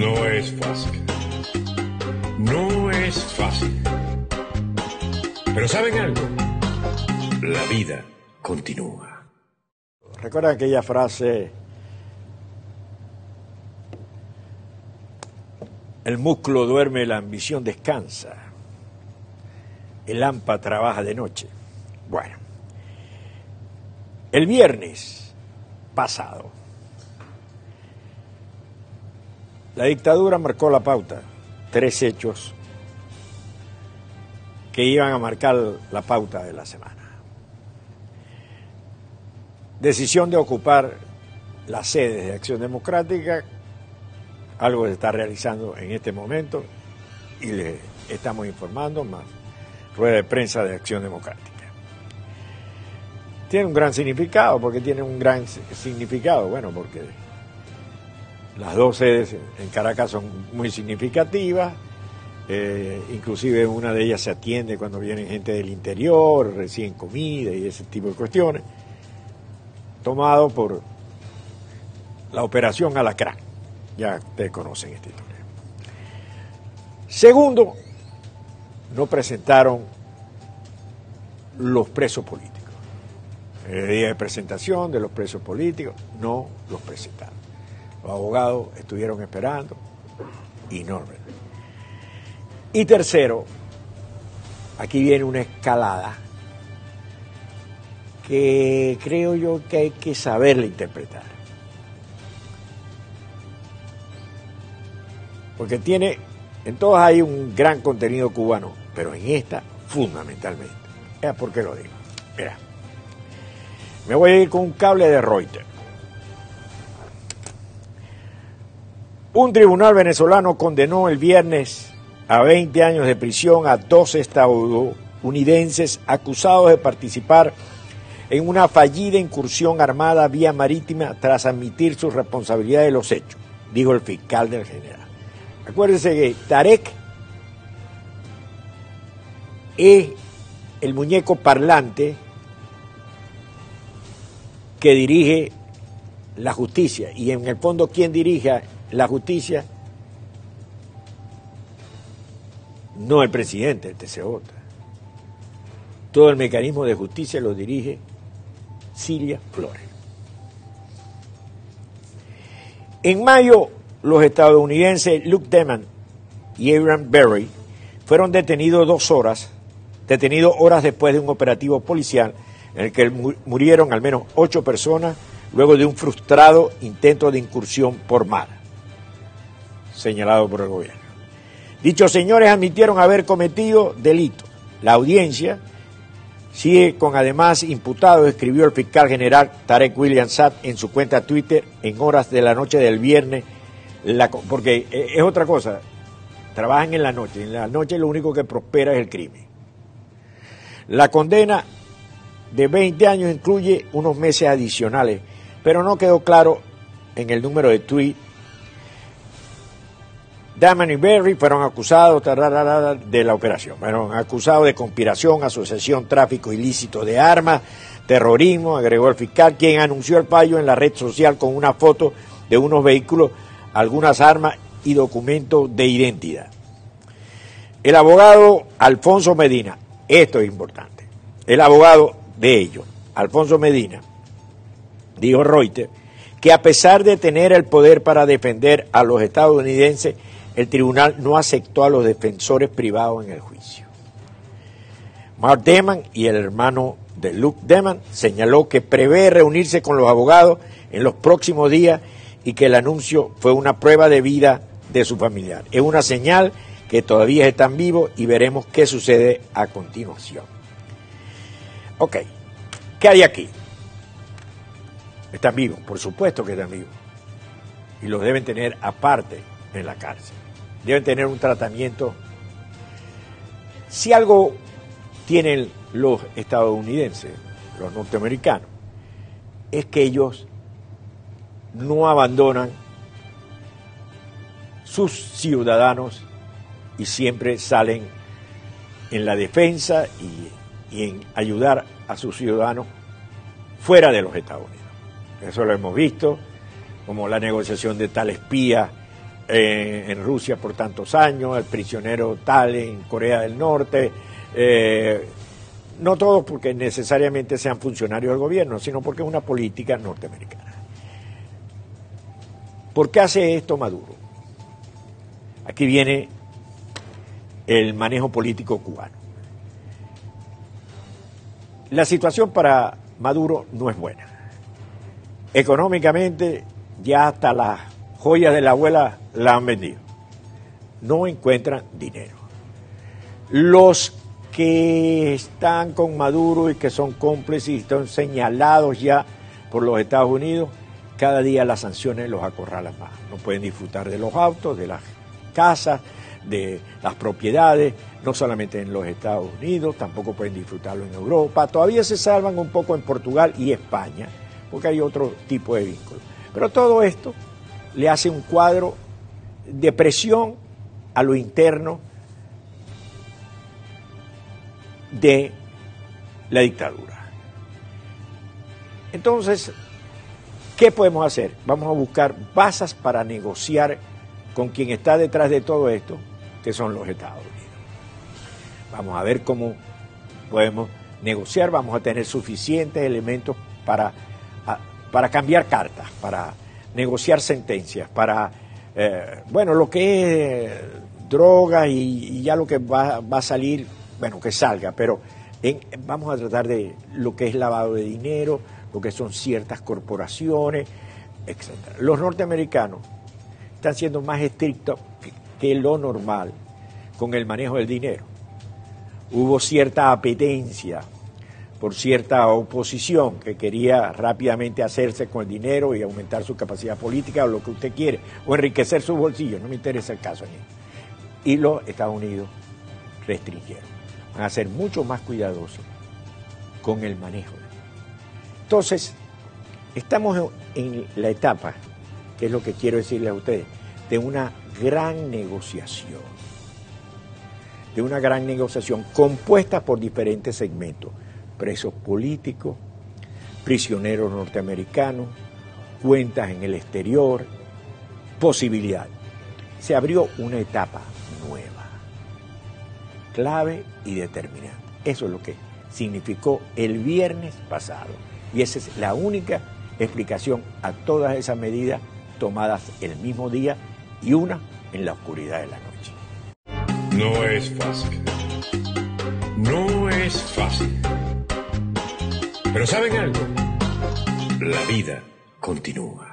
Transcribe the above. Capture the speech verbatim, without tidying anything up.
No es fácil. No es fácil. Pero ¿saben algo? La vida continúa. ¿Recuerdan aquella frase? El músculo duerme, la ambición descansa. El hampa trabaja de noche. Bueno, el viernes pasado, la dictadura marcó la pauta. Tres hechos que iban a marcar la pauta de la semana. Decisión de ocupar las sedes de Acción Democrática, algo que se está realizando en este momento y le estamos informando, más rueda de prensa de Acción Democrática. Tiene un gran significado, porque tiene un gran significado, bueno, porque las dos sedes en Caracas son muy significativas, eh, inclusive una de ellas se atiende cuando vienen gente del interior, reciben comida y ese tipo de cuestiones, tomado por la operación Alacrán. Ya ustedes conocen esta historia. Segundo, no presentaron los presos políticos. El día de presentación de los presos políticos, no los presentaron. Los abogados estuvieron esperando y no. Y tercero, aquí viene una escalada que creo yo que hay que saberla interpretar. Porque tiene, en todas hay un gran contenido cubano, pero en esta fundamentalmente. Es por qué lo digo. Mira, me voy a ir con un cable de Reuters. Un tribunal venezolano condenó el viernes a veinte años de prisión a dos estadounidenses acusados de participar en una fallida incursión armada vía marítima tras admitir su responsabilidad de los hechos, dijo el fiscal del general. Acuérdense que Tarek es el muñeco parlante que dirige la justicia, y en el fondo, ¿quién dirige la justicia? No el presidente, el T C J. Todo el mecanismo de justicia lo dirige Cilia Flores. En mayo, los estadounidenses Luke Deman y Aaron Berry fueron detenidos dos horas, detenidos horas después de un operativo policial en el que murieron al menos ocho personas luego de un frustrado intento de incursión por mar, señalado por el gobierno. Dichos señores admitieron haber cometido delitos. La audiencia sigue con además imputados, escribió el fiscal general Tarek William Saad en su cuenta Twitter en horas de la noche del viernes, la, porque es otra cosa, trabajan en la noche, en la noche lo único que prospera es el crimen. La condena de veinte años incluye unos meses adicionales, pero no quedó claro en el número de tweets. Daman y Berry fueron acusados de la operación, fueron acusados de conspiración, asociación, tráfico ilícito de armas, terrorismo, agregó el fiscal, quien anunció el fallo en la red social con una foto de unos vehículos, algunas armas y documentos de identidad. El abogado Alfonso Medina, esto es importante, el abogado de ellos, Alfonso Medina, dijo Reuters, que a pesar de tener el poder para defender a los estadounidenses, el tribunal no aceptó a los defensores privados en el juicio. Mark Deman y el hermano de Luke Deman señaló que prevé reunirse con los abogados en los próximos días y que el anuncio fue una prueba de vida de su familiar. Es una señal que todavía están vivos y veremos qué sucede a continuación. Ok, ¿qué hay aquí? Están vivos, por supuesto que están vivos. Y los deben tener aparte en la cárcel. Deben tener un tratamiento. Si algo tienen los estadounidenses, los norteamericanos, es que ellos no abandonan sus ciudadanos y siempre salen en la defensa y, y en ayudar a sus ciudadanos fuera de los Estados Unidos. Eso lo hemos visto, como la negociación de tal espía eh, en Rusia por tantos años, el prisionero tal en Corea del Norte, eh, no todos porque necesariamente sean funcionarios del gobierno, sino porque es una política norteamericana. ¿Por qué hace esto Maduro? Aquí viene el manejo político cubano. La situación para Maduro no es buena. Económicamente ya hasta las joyas de la abuela la han vendido. No encuentran dinero. Los que están con Maduro y que son cómplices y están señalados ya por los Estados Unidos, cada día las sanciones los acorralan más. No pueden disfrutar de los autos, de las casas, de las propiedades, no solamente en los Estados Unidos, tampoco pueden disfrutarlo en Europa. Todavía se salvan un poco en Portugal y España, porque hay otro tipo de vínculos. Pero todo esto le hace un cuadro de presión a lo interno de la dictadura. Entonces, ¿qué podemos hacer? Vamos a buscar bases para negociar con quien está detrás de todo esto, que son los Estados Unidos. Vamos a ver cómo podemos negociar, vamos a tener suficientes elementos para, a, para cambiar cartas, para negociar sentencias, para, eh, bueno, lo que es droga y, y ya lo que va, va a salir, bueno, que salga, pero en, vamos a tratar de lo que es lavado de dinero, lo que son ciertas corporaciones, etcétera. Los norteamericanos están siendo más estrictos que, que lo normal con el manejo del dinero. Hubo cierta apetencia por cierta oposición que quería rápidamente hacerse con el dinero y aumentar su capacidad política o lo que usted quiere, o enriquecer su bolsillo, no me interesa el caso. Y los Estados Unidos restringieron. Van a ser mucho más cuidadosos con el manejo. Entonces, estamos en la etapa, que es lo que quiero decirles a ustedes, de una gran negociación, de una gran negociación compuesta por diferentes segmentos, presos políticos, prisioneros norteamericanos, cuentas en el exterior, posibilidades. Se abrió una etapa nueva, clave y determinante. Eso es lo que significó el viernes pasado. Y esa es la única explicación a todas esas medidas tomadas el mismo día y una en la oscuridad de la noche. No es fácil. No es fácil. Pero ¿saben algo? La vida continúa.